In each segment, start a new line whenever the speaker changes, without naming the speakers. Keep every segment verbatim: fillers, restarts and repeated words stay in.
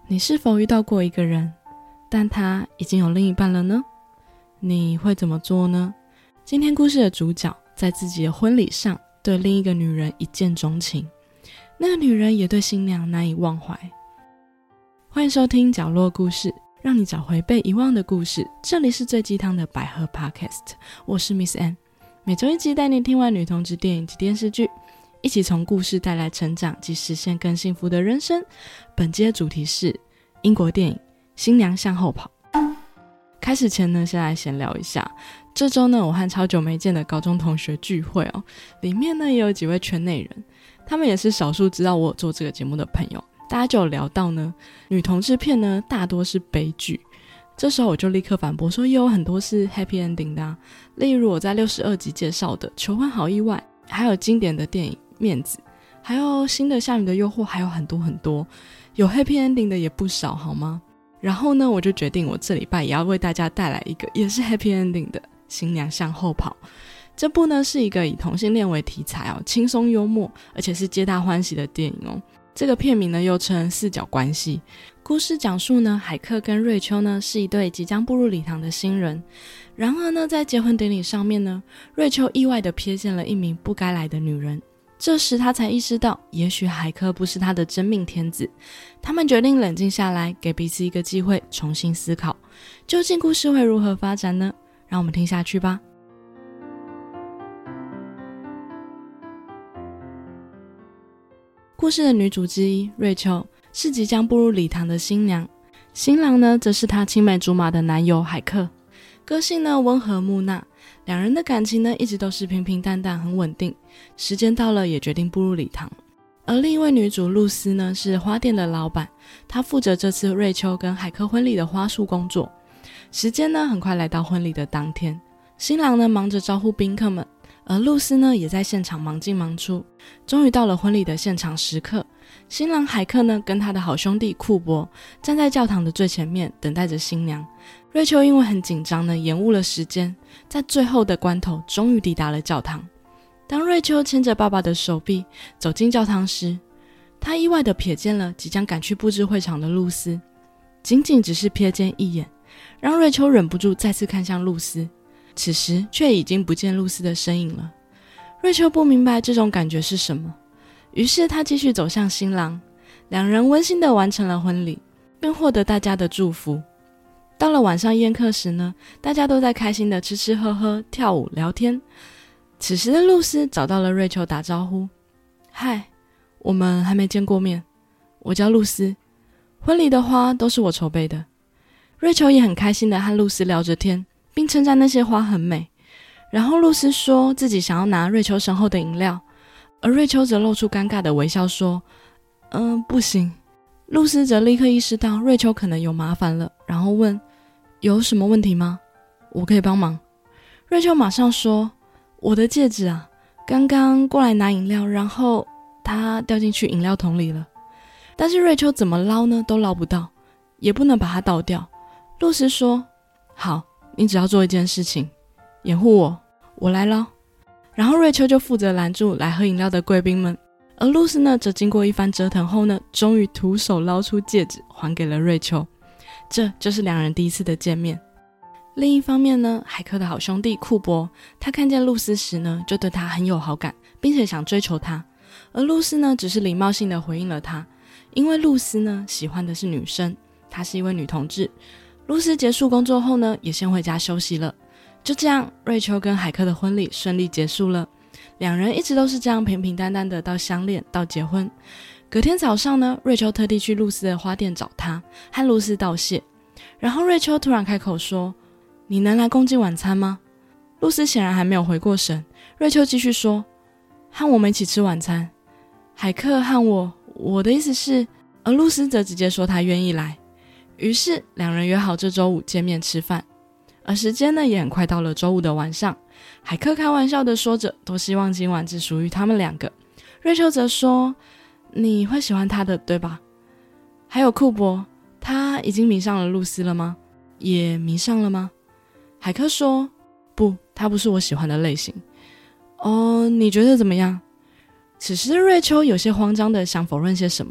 你是否遇到过一个人，但他已经有另一半了呢？你会怎么做呢？今天故事的主角在自己的婚礼上对另一个女人一见钟情，那个女人也对新娘难以忘怀。欢迎收听角落故事，让你找回被遗忘的故事。这里是最鸡汤的百合 Podcast， 我是 Miss Anne， 每周一集带你听完女同志电影及电视剧，一起从故事带来成长及实现更幸福的人生。本集的主题是英国电影《新娘向后跑》。开始前呢，先来闲聊一下。这周呢，我和超久没见的高中同学聚会哦，里面呢也有几位圈内人，他们也是少数知道我有做这个节目的朋友。大家就有聊到呢，女同志片呢大多是悲剧。这时候我就立刻反驳说，也有很多是 happy ending 的啊，例如我在六十二集介绍的《求婚好意外》，还有经典的电影《面子》，还有新的《夏女的诱惑》，还有很多很多，有 happy ending 的也不少，好吗？然后呢，我就决定我这礼拜也要为大家带来一个也是 happy ending 的《新娘向后跑》。这部呢是一个以同性恋为题材哦，轻松幽默，而且是皆大欢喜的电影哦。这个片名呢又称四角关系。故事讲述呢，海克跟瑞秋呢是一对即将步入礼堂的新人。然而呢，在结婚典礼上面呢，瑞秋意外地瞥见了一名不该来的女人。这时他才意识到，也许海克不是他的真命天子。他们决定冷静下来，给彼此一个机会重新思考。究竟故事会如何发展呢？让我们听下去吧。故事的女主之一瑞秋是即将步入礼堂的新娘，新郎呢则是她青梅竹马的男友海克。个性呢温和木讷，两人的感情呢一直都是平平淡淡，很稳定。时间到了，也决定步入礼堂。而另一位女主露丝呢是花店的老板，她负责这次瑞秋跟海克婚礼的花束工作。时间呢很快来到婚礼的当天，新郎呢忙着招呼宾客们，而露丝呢也在现场忙进忙出。终于到了婚礼的现场时刻，新郎海克呢跟他的好兄弟库珀站在教堂的最前面等待着新娘。瑞秋因为很紧张呢延误了时间，在最后的关头终于抵达了教堂。当瑞秋牵着爸爸的手臂走进教堂时，他意外地瞥见了即将赶去布置会场的露丝。仅仅只是瞥见一眼，让瑞秋忍不住再次看向露丝，此时却已经不见露丝的身影了。瑞秋不明白这种感觉是什么，于是他继续走向新郎，两人温馨地完成了婚礼，并获得大家的祝福。到了晚上宴客时呢，大家都在开心地吃吃喝喝、跳舞聊天。此时的露丝找到了瑞秋打招呼，嗨，我们还没见过面，我叫露丝，婚礼的花都是我筹备的。瑞秋也很开心地和露丝聊着天，并称赞那些花很美。然后露丝说自己想要拿瑞秋身后的饮料，而瑞秋则露出尴尬的微笑说嗯，不行。露丝则立刻意识到瑞秋可能有麻烦了，然后问有什么问题吗？我可以帮忙。瑞秋马上说我的戒指啊，刚刚过来拿饮料，然后它掉进去饮料桶里了。但是瑞秋怎么捞呢都捞不到，也不能把它倒掉。露丝说好，你只要做一件事情，掩护我，我来捞。然后瑞秋就负责拦住来喝饮料的贵宾们，而露丝呢则经过一番折腾后呢，终于徒手捞出戒指还给了瑞秋。这就是两人第一次的见面。另一方面呢，海克的好兄弟库珀，他看见露丝时呢就对他很有好感，并且想追求她。而露丝呢只是礼貌性的回应了他，因为露丝呢喜欢的是女生，她是一位女同志。露丝结束工作后呢也先回家休息了。就这样，瑞秋跟海克的婚礼顺利结束了。两人一直都是这样平平淡淡的到相恋到结婚。隔天早上呢，瑞秋特地去露丝的花店找她，和露丝道谢。然后瑞秋突然开口说，你能来共进晚餐吗？露丝显然还没有回过神。瑞秋继续说，和我们一起吃晚餐。海克和我，我的意思是，而露丝则直接说她愿意来。于是两人约好这周五见面吃饭。而时间呢也很快到了周五的晚上，海克开玩笑地说着多希望今晚只属于他们两个。瑞秋则说你会喜欢他的对吧？还有库珀，他已经迷上了露丝了吗？也迷上了吗？海克说不，他不是我喜欢的类型。哦，你觉得怎么样？此时的瑞秋有些慌张地想否认些什么，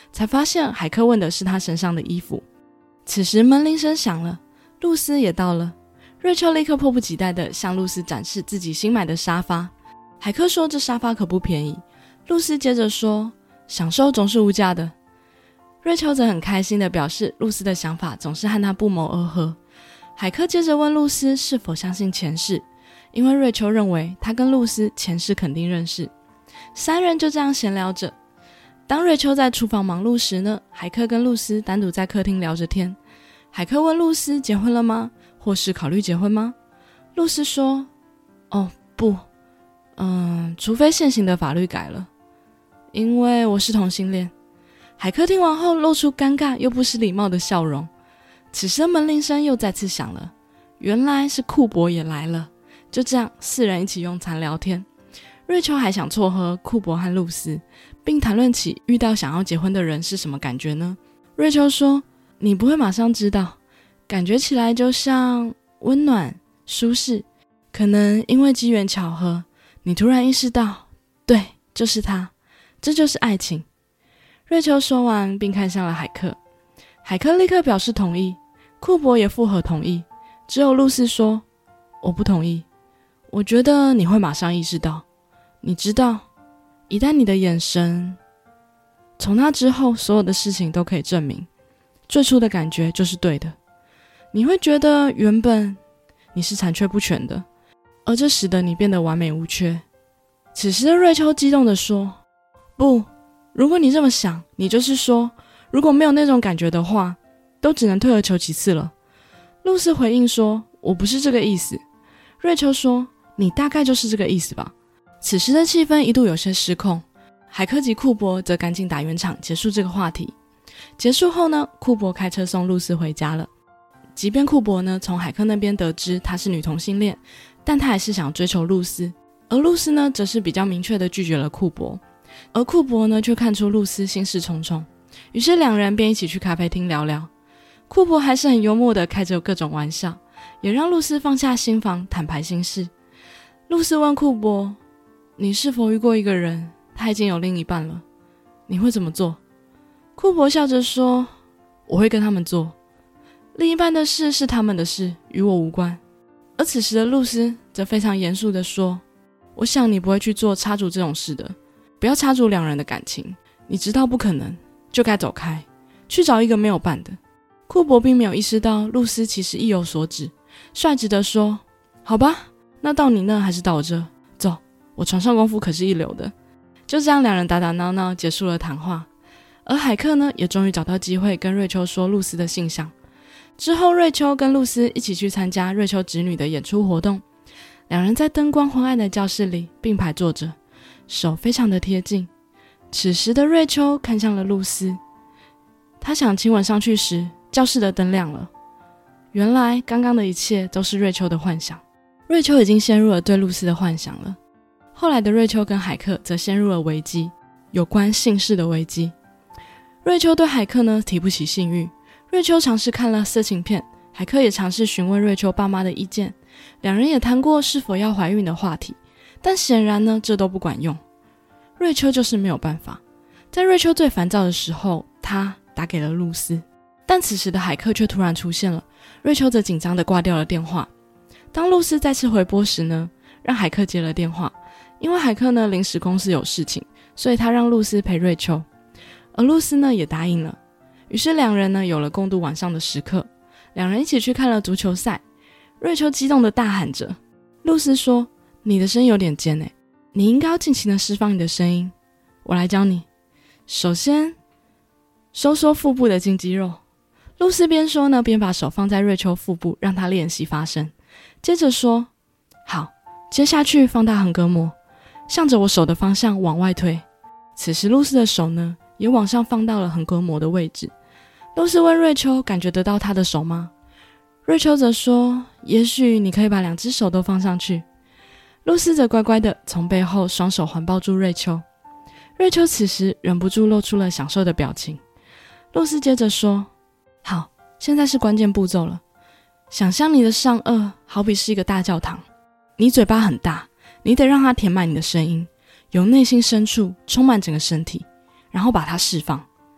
才发现海克问的是他身上的衣服。此时门铃声响了，露丝也到了。瑞秋立刻迫不及待地向露丝展示自己新买的沙发。海克说这沙发可不便宜。露丝接着说，享受总是无价的。瑞秋则很开心地表示露丝的想法总是和他不谋而合。海克接着问露丝是否相信前世，因为瑞秋认为他跟露丝前世肯定认识。三人就这样闲聊着。当瑞秋在厨房忙碌时呢，海克跟露丝单独在客厅聊着天。海克问露丝结婚了吗？或是考虑结婚吗？露丝说，哦，不，嗯，除非现行的法律改了，因为我是同性恋。海克听完后露出尴尬又不失礼貌的笑容。此时门铃声又再次响了，原来是库珀也来了。就这样四人一起用餐聊天。瑞秋还想撮合库珀和露丝，并谈论起遇到想要结婚的人是什么感觉呢？瑞秋说，你不会马上知道，感觉起来就像温暖舒适，可能因为机缘巧合，你突然意识到，对，就是他，这就是爱情。瑞秋说完并看向了海克，海克立刻表示同意，库珀也附和同意，只有露丝说，我不同意，我觉得你会马上意识到，你知道，一旦你的眼神，从那之后所有的事情都可以证明，最初的感觉就是对的，你会觉得原本你是残缺不全的，而这使得你变得完美无缺。此时的瑞秋激动地说，不，如果你这么想，你就是说，如果没有那种感觉的话，都只能退而求其次了。露丝回应说，我不是这个意思。瑞秋说，你大概就是这个意思吧。此时的气氛一度有些失控，海克及库珀则赶紧打圆场结束这个话题。结束后呢，库珀开车送露丝回家了。即便库珀呢从海克那边得知她是女同性恋，但他还是想追求露丝，而露丝呢则是比较明确地拒绝了库珀。而库珀呢却看出露丝心事重重，于是两人便一起去咖啡厅聊聊。库珀还是很幽默地开着各种玩笑，也让露丝放下心防坦白心事。露丝问库珀，你是否遇过一个人，他已经有另一半了，你会怎么做？库珀笑着说，我会跟他们做，另一半的事是他们的事，与我无关。而此时的露丝则非常严肃地说，我想你不会去做插足这种事的，不要插足两人的感情，你知道不可能，就该走开，去找一个没有伴的。库珀并没有意识到露丝其实意有所指，率直地说，好吧，那到你那还是到我这，走，我床上功夫可是一流的。就这样两人打打闹闹结束了谈话。而海克呢也终于找到机会跟瑞秋说露丝的性向。之后瑞秋跟露丝一起去参加瑞秋侄女的演出活动，两人在灯光昏暗的教室里并排坐着，手非常的贴近。此时的瑞秋看向了露丝，她想亲吻上去时，教室的灯亮了。原来刚刚的一切都是瑞秋的幻想。瑞秋已经陷入了对露丝的幻想了。后来的瑞秋跟海克则陷入了危机，有关性事的危机。瑞秋对海克呢提不起性欲，瑞秋尝试看了色情片，海克也尝试询问瑞秋爸妈的意见，两人也谈过是否要怀孕的话题，但显然呢这都不管用。瑞秋就是没有办法。在瑞秋最烦躁的时候，他打给了露丝，但此时的海克却突然出现了，瑞秋则紧张地挂掉了电话。当露丝再次回拨时呢，让海克接了电话，因为海克呢临时公司有事情，所以他让露丝陪瑞秋，而露丝呢也答应了。于是两人呢有了共度晚上的时刻，两人一起去看了足球赛。瑞秋激动地大喊着，露丝说，你的声音有点尖诶，你应该要尽情地释放你的声音，我来教你。首先收缩腹部的筋肌肉。露丝边说呢边把手放在瑞秋腹部，让她练习发声。接着说，好，接下去放大横膈膜，向着我手的方向往外推。此时露丝的手呢也往上放到了横膈膜的位置。露丝问瑞秋，感觉得到她的手吗？瑞秋则说，也许你可以把两只手都放上去。露丝则乖乖地从背后双手环抱住瑞秋。瑞秋此时忍不住露出了享受的表情。露丝接着说，好，现在是关键步骤了，想象你的上颚好比是一个大教堂，你嘴巴很大，你得让它填满你的声音，由内心深处充满整个身体，然后把它释放。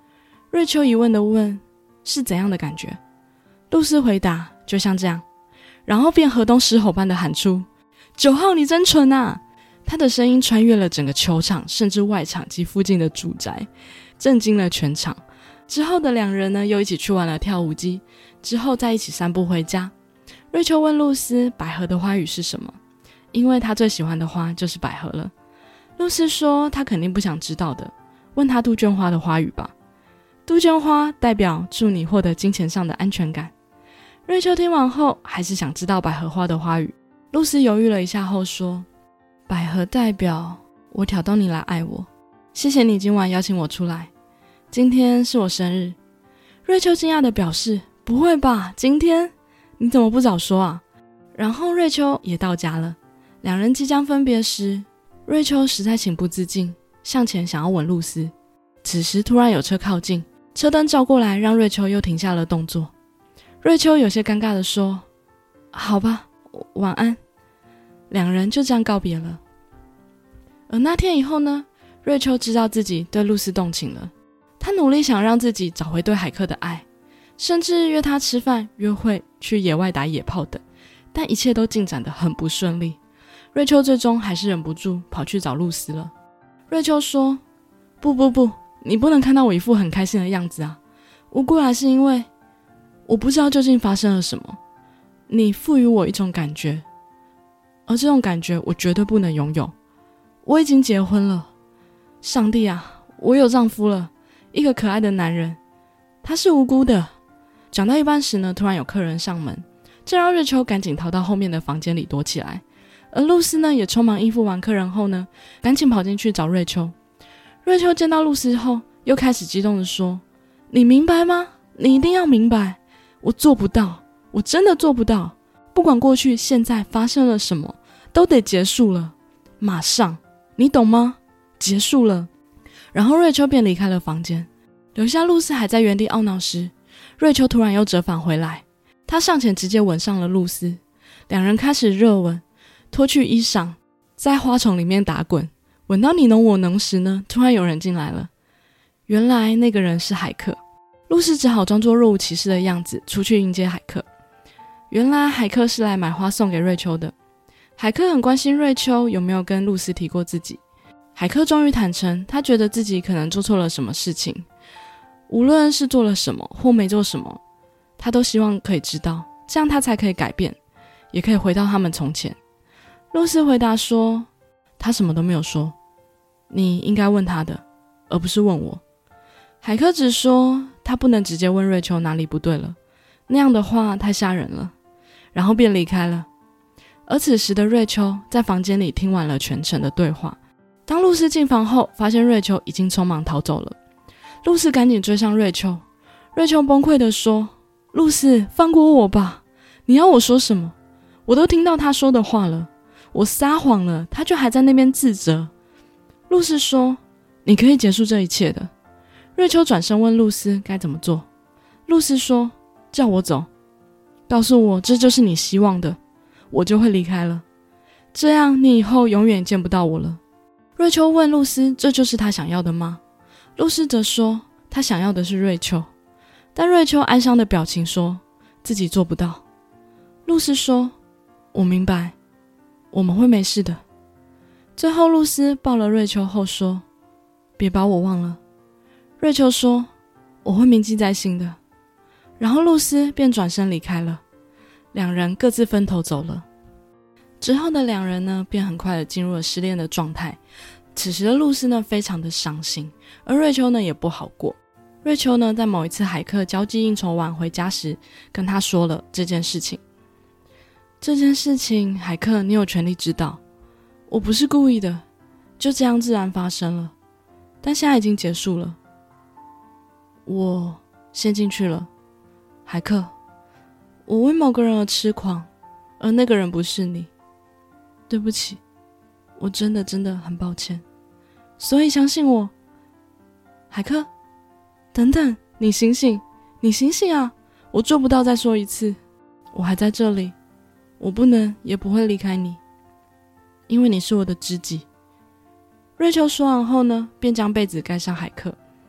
瑞秋疑问地问：是怎样的感觉？露丝回答：就像这样。然后便河东狮吼般的喊出：九号你真蠢啊！他的声音穿越了整个球场，甚至外场及附近的住宅，震惊了全场。之后的两人呢，又一起去玩了跳舞机，之后再一起散步回家。瑞秋问露丝百合的花语是什么，因为她最喜欢的花就是百合了。露丝说她肯定不想知道的，问她杜鹃花的花语吧。杜鹃花代表祝你获得金钱上的安全感。瑞秋听完后还是想知道百合花的花语。露丝犹豫了一下后说：百合代表我挑动你来爱我，谢谢你今晚邀请我出来，今天是我生日。瑞秋惊讶地表示：不会吧，今天？你怎么不早说啊？然后瑞秋也到家了。两人即将分别时，瑞秋实在情不自禁，向前想要吻露丝。此时突然有车靠近，车灯照过来，让瑞秋又停下了动作。瑞秋有些尴尬地说：好吧，晚安。两人就这样告别了。而那天以后呢，瑞秋知道自己对露丝动情了，她努力想让自己找回对海克的爱，甚至约他吃饭、约会、去野外打野炮等，但一切都进展得很不顺利。瑞秋最终还是忍不住跑去找露丝了。瑞秋说：不不不，你不能看到我一副很开心的样子啊，我过来是因为我不知道究竟发生了什么，你赋予我一种感觉，而这种感觉我绝对不能拥有。我已经结婚了，上帝啊，我有丈夫了，一个可爱的男人，他是无辜的。讲到一半时呢，突然有客人上门，这让瑞秋赶紧逃到后面的房间里躲起来。而露丝呢，也匆忙应付完客人后呢，赶紧跑进去找瑞秋。瑞秋见到露丝后，又开始激动地说：你明白吗？你一定要明白，我做不到，我真的做不到。不管过去现在发生了什么，都得结束了，马上，你懂吗？结束了。然后瑞秋便离开了房间，留下露丝还在原地懊恼时，瑞秋突然又折返回来，他上前直接吻上了露丝。两人开始热吻，脱去衣裳，在花丛里面打滚，吻到你侬我侬时呢，突然有人进来了。原来那个人是海克。露丝只好装作若无其事的样子出去迎接海克。原来海克是来买花送给瑞秋的。海克很关心瑞秋有没有跟露丝提过自己。海克终于坦诚，他觉得自己可能做错了什么事情，无论是做了什么或没做什么，他都希望可以知道，这样他才可以改变，也可以回到他们从前。露丝回答说：他什么都没有说，你应该问他的，而不是问我。海克只说他不能直接问瑞秋哪里不对了，那样的话太吓人了，然后便离开了。而此时的瑞秋在房间里听完了全程的对话。当露丝进房后，发现瑞秋已经匆忙逃走了。露丝赶紧追上瑞秋，瑞秋崩溃地说：露丝，放过我吧，你要我说什么？我都听到他说的话了，我撒谎了，他却还在那边自责。露丝说：你可以结束这一切的。瑞秋转身问露丝该怎么做。露丝说：叫我走，告诉我这就是你希望的，我就会离开了，这样你以后永远见不到我了。瑞秋问露丝这就是他想要的吗？露丝则说他想要的是瑞秋，但瑞秋哀伤的表情说自己做不到。露丝说：我明白，我们会没事的。最后露丝抱了瑞秋后说：别把我忘了。瑞秋说：我会铭记在心的。然后露丝便转身离开了，两人各自分头走了。之后的两人呢，便很快的进入了失恋的状态。此时的露丝呢，非常的伤心，而瑞秋呢，也不好过。瑞秋呢，在某一次海克交际应酬完回家时，跟他说了这件事情。这件事情，海克，你有权利知道，我不是故意的，就这样自然发生了，但现在已经结束了。我陷进去了，海克，我为某个人而痴狂，而那个人不是你。对不起，我真的真的很抱歉，所以相信我。海克，等等，你醒醒，你醒醒啊，我做不到再说一次，我还在这里，我不能也不会离开你，因为你是我的知己。瑞秋说完后呢，便将被子盖上海克，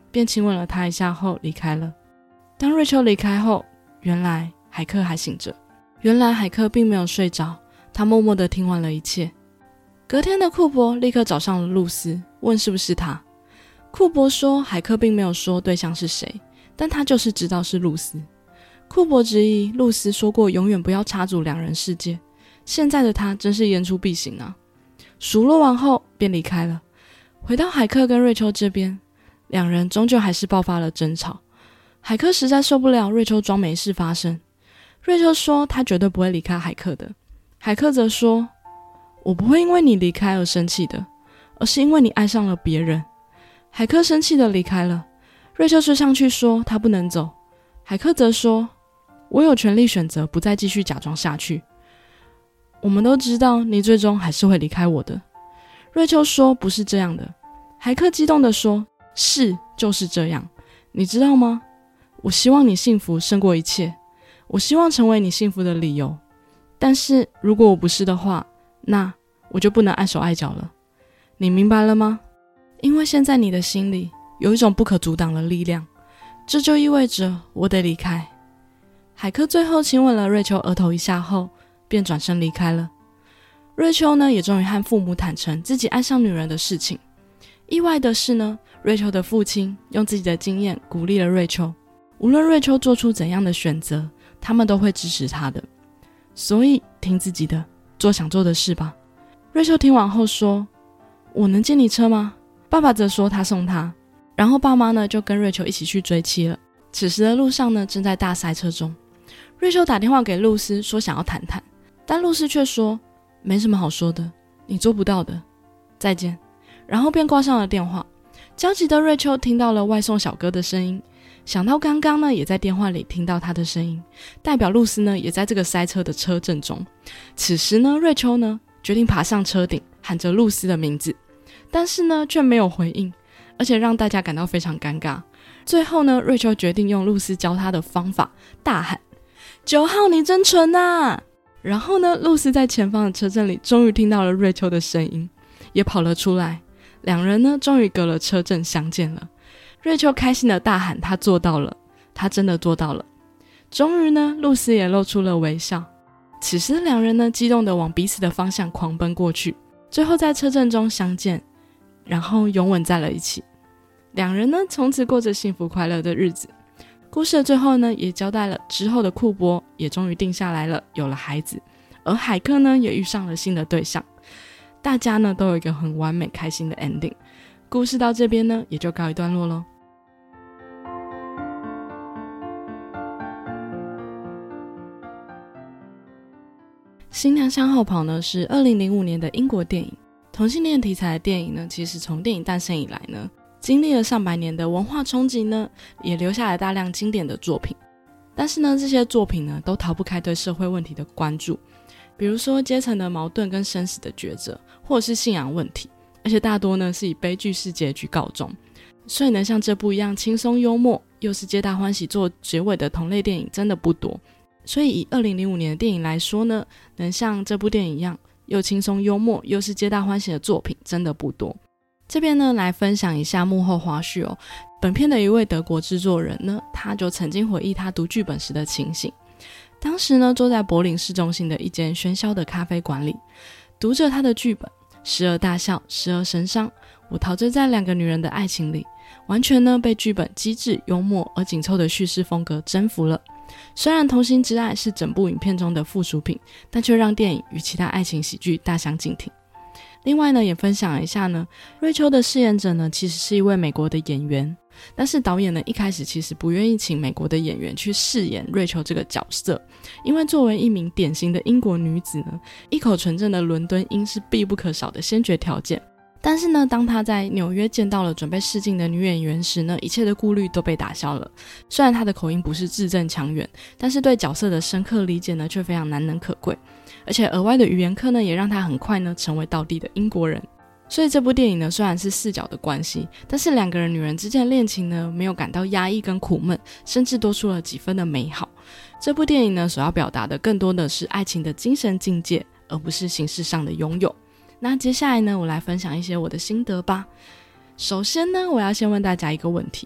便亲吻了她一下后离开了。当瑞秋离开后，原来海克还醒着。原来海克并没有睡着，他默默地听完了一切。隔天的库珀立刻找上了露丝，问是不是他。库珀说海克并没有说对象是谁，但他就是知道是露丝。库珀质疑露丝说过永远不要插足两人世界，现在的他真是言出必行啊。数落完后便离开了。回到海克跟瑞秋这边，两人终究还是爆发了争吵。海克实在受不了瑞秋装没事发生，瑞秋说他绝对不会离开海克的。海克则说，我不会因为你离开而生气的，而是因为你爱上了别人。海克生气的离开了，瑞秋追上去说他不能走。海克则说，我有权利选择不再继续假装下去。我们都知道你最终还是会离开我的。瑞秋说不是这样的。海克激动地说，是，就是这样。你知道吗？我希望你幸福胜过一切，我希望成为你幸福的理由。但是如果我不是的话，那我就不能碍手碍脚了。你明白了吗？因为现在你的心里有一种不可阻挡的力量，这就意味着我得离开。海克最后亲吻了瑞秋额头一下后，便转身离开了。瑞秋呢，也终于和父母坦诚自己爱上女人的事情。意外的是呢，瑞秋的父亲用自己的经验鼓励了瑞秋，无论瑞秋做出怎样的选择，他们都会支持她的。所以听自己的，做想做的事吧。瑞秋听完后说，我能借你车吗？爸爸则说他送他。然后爸妈呢就跟瑞秋一起去追妻了。此时的路上呢正在大塞车中，瑞秋打电话给露丝说想要谈谈，但露丝却说没什么好说的，你做不到的，再见。然后便挂上了电话。焦急的瑞秋听到了外送小哥的声音，想到刚刚呢也在电话里听到他的声音，代表露丝呢也在这个塞车的车阵中。此时呢瑞秋呢决定爬上车顶，喊着露丝的名字，但是呢却没有回应，而且让大家感到非常尴尬。最后呢瑞秋决定用露丝教他的方法，大喊九号你真纯啊。然后呢露丝在前方的车阵里终于听到了瑞秋的声音，也跑了出来。两人呢终于隔了车阵相见了。瑞秋开心的大喊他做到了，他真的做到了。终于呢露丝也露出了微笑。此时两人呢激动的往彼此的方向狂奔过去，最后在车阵中相见，然后拥吻在了一起。两人呢从此过着幸福快乐的日子。故事的最后呢也交代了之后的库珀也终于定下来了，有了孩子，而海克呢也遇上了新的对象。大家呢都有一个很完美开心的 ending。 故事到这边呢也就告一段落咯。新娘向后跑呢是二零零五年的英国电影。同性恋题材的电影呢，其实从电影诞生以来呢，经历了上百年的文化冲击呢，也留下了大量经典的作品。但是呢这些作品呢都逃不开对社会问题的关注，比如说阶层的矛盾跟生死的抉择，或者是信仰问题，而且大多呢是以悲剧式结局告终。所以呢像这部一样轻松幽默又是皆大欢喜做结尾的同类电影真的不多。所以以二零零五年的电影来说呢，能像这部电影一样又轻松幽默又是皆大欢喜的作品真的不多。这边呢来分享一下幕后花絮哦。本片的一位德国制作人呢，他就曾经回忆他读剧本时的情形。当时呢坐在柏林市中心的一间喧嚣的咖啡馆里，读着他的剧本，时而大笑时而神伤，我陶醉在两个女人的爱情里，完全呢被剧本机智幽默而紧凑的叙事风格征服了。虽然同性之爱是整部影片中的附属品，但却让电影与其他爱情喜剧大相径庭。另外呢也分享一下呢，瑞秋的饰演者呢其实是一位美国的演员，但是导演呢一开始其实不愿意请美国的演员去饰演瑞秋这个角色，因为作为一名典型的英国女子呢，一口纯正的伦敦音是必不可少的先决条件。但是呢当她在纽约见到了准备试镜的女演员时呢，一切的顾虑都被打消了。虽然她的口音不是字正腔圆，但是对角色的深刻理解呢却非常难能可贵，而且额外的语言课呢也让她很快呢成为道地的英国人。所以这部电影呢虽然是四角的关系，但是两个人女人之间的恋情呢没有感到压抑跟苦闷，甚至多出了几分的美好。这部电影呢所要表达的更多的是爱情的精神境界，而不是形式上的拥有。那接下来呢我来分享一些我的心得吧。首先呢我要先问大家一个问题，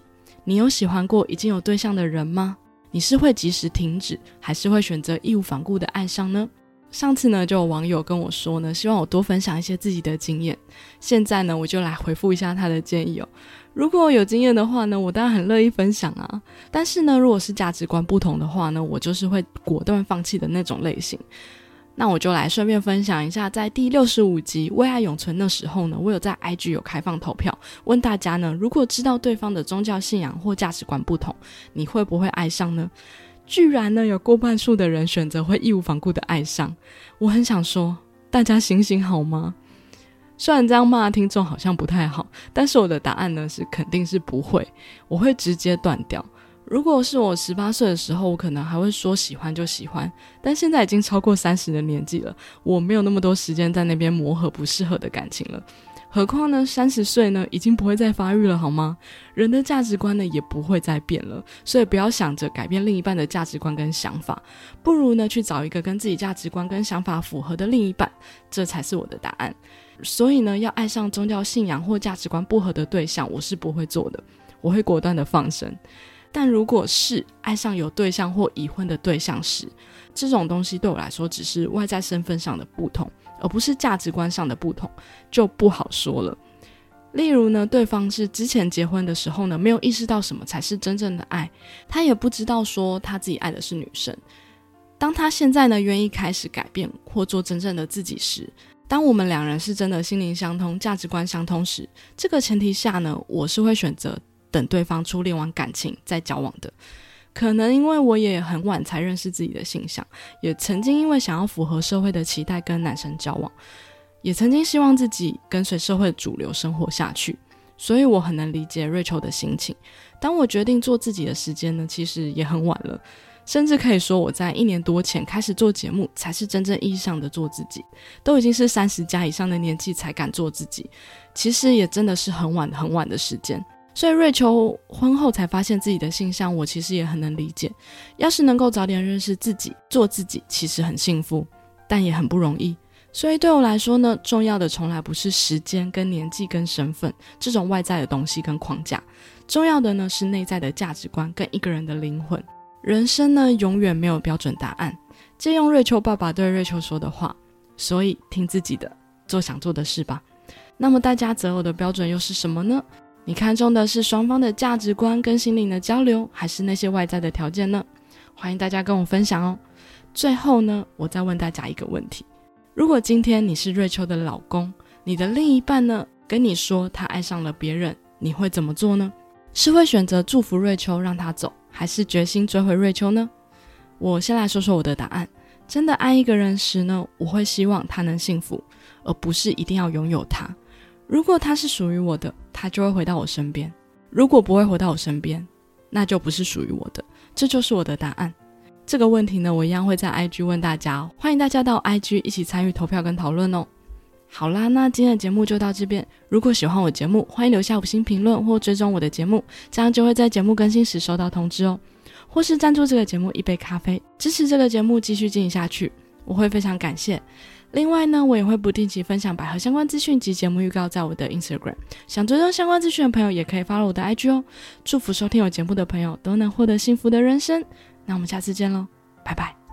你有喜欢过已经有对象的人吗？你是会及时停止，还是会选择义无反顾的爱上呢？上次呢就有网友跟我说呢，希望我多分享一些自己的经验，现在呢我就来回复一下他的建议哦。如果有经验的话呢，我当然很乐意分享啊，但是呢如果是价值观不同的话呢，我就是会果断放弃的那种类型。那我就来顺便分享一下，在第六十五集为爱永存的时候呢，我有在 I G 有开放投票，问大家呢，如果知道对方的宗教信仰或价值观不同，你会不会爱上呢？居然呢有过半数的人选择会义无反顾的爱上。我很想说，大家醒醒好吗？虽然这样骂听众好像不太好，但是我的答案呢是肯定是不会，我会直接断掉。如果是我十八岁的时候，我可能还会说喜欢就喜欢，但现在已经超过三十的年纪了，我没有那么多时间在那边磨合不适合的感情了。何况呢三十岁呢已经不会再发育了好吗？人的价值观呢也不会再变了，所以不要想着改变另一半的价值观跟想法，不如呢去找一个跟自己价值观跟想法符合的另一半，这才是我的答案。所以呢要爱上宗教信仰或价值观不合的对象，我是不会做的，我会果断的放生。但如果是爱上有对象或已婚的对象时，这种东西对我来说只是外在身份上的不同，而不是价值观上的不同，就不好说了。例如呢，对方是之前结婚的时候呢，没有意识到什么才是真正的爱，他也不知道说他自己爱的是女生。当他现在呢愿意开始改变或做真正的自己时，当我们两人是真的心灵相通、价值观相通时，这个前提下呢，我是会选择等对方初恋完感情再交往的。可能因为我也很晚才认识自己的性向，也曾经因为想要符合社会的期待跟男生交往，也曾经希望自己跟随社会的主流生活下去，所以我很能理解瑞秋的心情。当我决定做自己的时间呢，其实也很晚了，甚至可以说我在一年多前开始做节目才是真正意义上的做自己，都已经是三十加以上的年纪才敢做自己，其实也真的是很晚很晚的时间。所以瑞秋婚后才发现自己的性向，我其实也很能理解。要是能够早点认识自己，做自己，其实很幸福，但也很不容易。所以对我来说呢，重要的从来不是时间跟年纪跟身份这种外在的东西跟框架，重要的呢是内在的价值观跟一个人的灵魂。人生呢永远没有标准答案，借用瑞秋爸爸对瑞秋说的话，所以听自己的，做想做的事吧。那么大家择偶的标准又是什么呢？你看重的是双方的价值观跟心灵的交流，还是那些外在的条件呢？欢迎大家跟我分享哦。最后呢，我再问大家一个问题，如果今天你是瑞秋的老公，你的另一半呢跟你说他爱上了别人，你会怎么做呢？是会选择祝福瑞秋让他走，还是决心追回瑞秋呢？我先来说说我的答案。真的爱一个人时呢，我会希望他能幸福，而不是一定要拥有他。如果他是属于我的，他就会回到我身边，如果不会回到我身边，那就不是属于我的。这就是我的答案。这个问题呢，我一样会在 I G 问大家哦，欢迎大家到 I G 一起参与投票跟讨论哦。好啦，那今天的节目就到这边。如果喜欢我节目，欢迎留下五星评论或追踪我的节目，这样就会在节目更新时收到通知哦。或是赞助这个节目一杯咖啡，支持这个节目继续进行下去，我会非常感谢。另外呢，我也会不定期分享百合相关资讯及节目预告在我的 Instagram， 想追踪相关资讯的朋友也可以 follow 我的 I G 哦。祝福收听我节目的朋友都能获得幸福的人生，那我们下次见咯，拜拜。